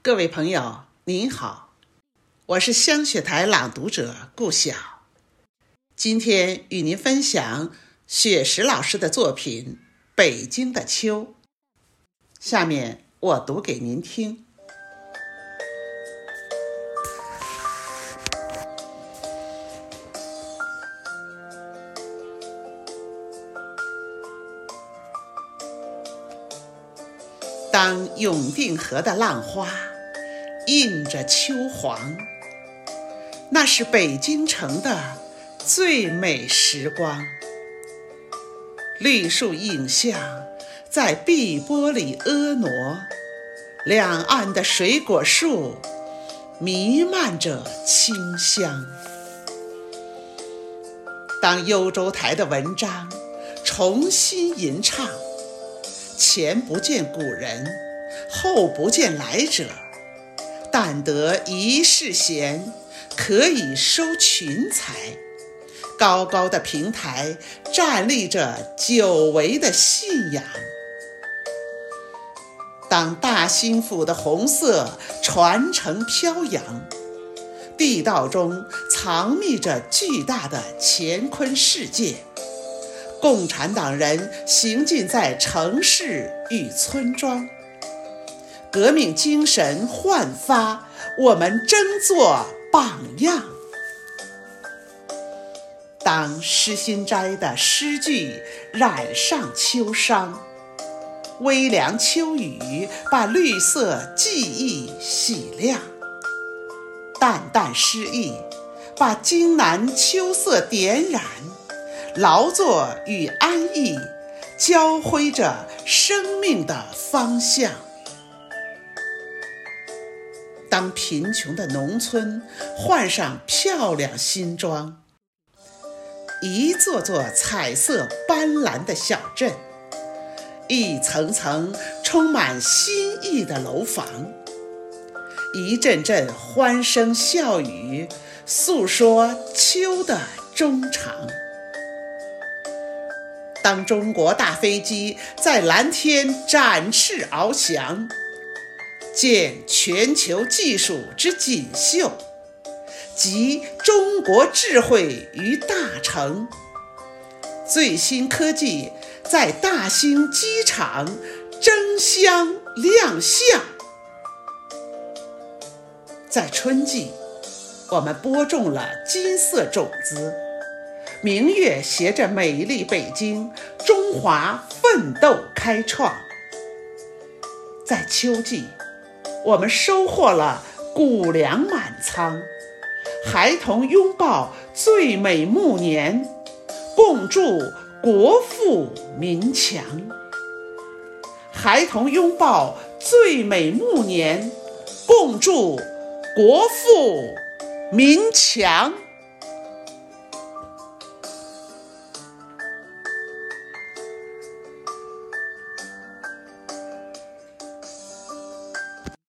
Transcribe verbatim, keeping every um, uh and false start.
各位朋友您好，我是香雪台朗读者顾晓，今天与您分享雪石老师的作品《北京的秋》，下面我读给您听。当永定河的浪花映着秋黄，那是北京城的最美时光。绿树影像在碧波里婀娜，两岸的水果树弥漫着清香。当幽州台的文章重新吟唱，前不见古人，后不见来者，但得一世闲，可以收群才。高高的平台站立着久违的信仰。当大兴府的红色传承飘扬，地道中藏匿着巨大的乾坤世界。共产党人行进在城市与村庄，革命精神焕发，我们争做榜样。当诗心斋的诗句染上秋殇，微凉秋雨把绿色记忆洗亮，淡淡诗意把荆南秋色点染，劳作与安逸交辉着生命的方向。当贫穷的农村换上漂亮新装，一座座彩色斑斓的小镇，一层层充满新意的楼房，一阵阵欢声笑语诉说秋的衷肠。当中国大飞机在蓝天展翅翱翔，见全球技术之锦绣，集中国智慧于大成，最新科技在大兴机场争相亮相。在春季，我们播种了金色种子，明月携着美丽北京，中华奋斗开创。在秋季，我们收获了谷粮满仓，孩童拥抱最美暮年，共筑国富民强。孩童拥抱最美暮年，共筑国富民强。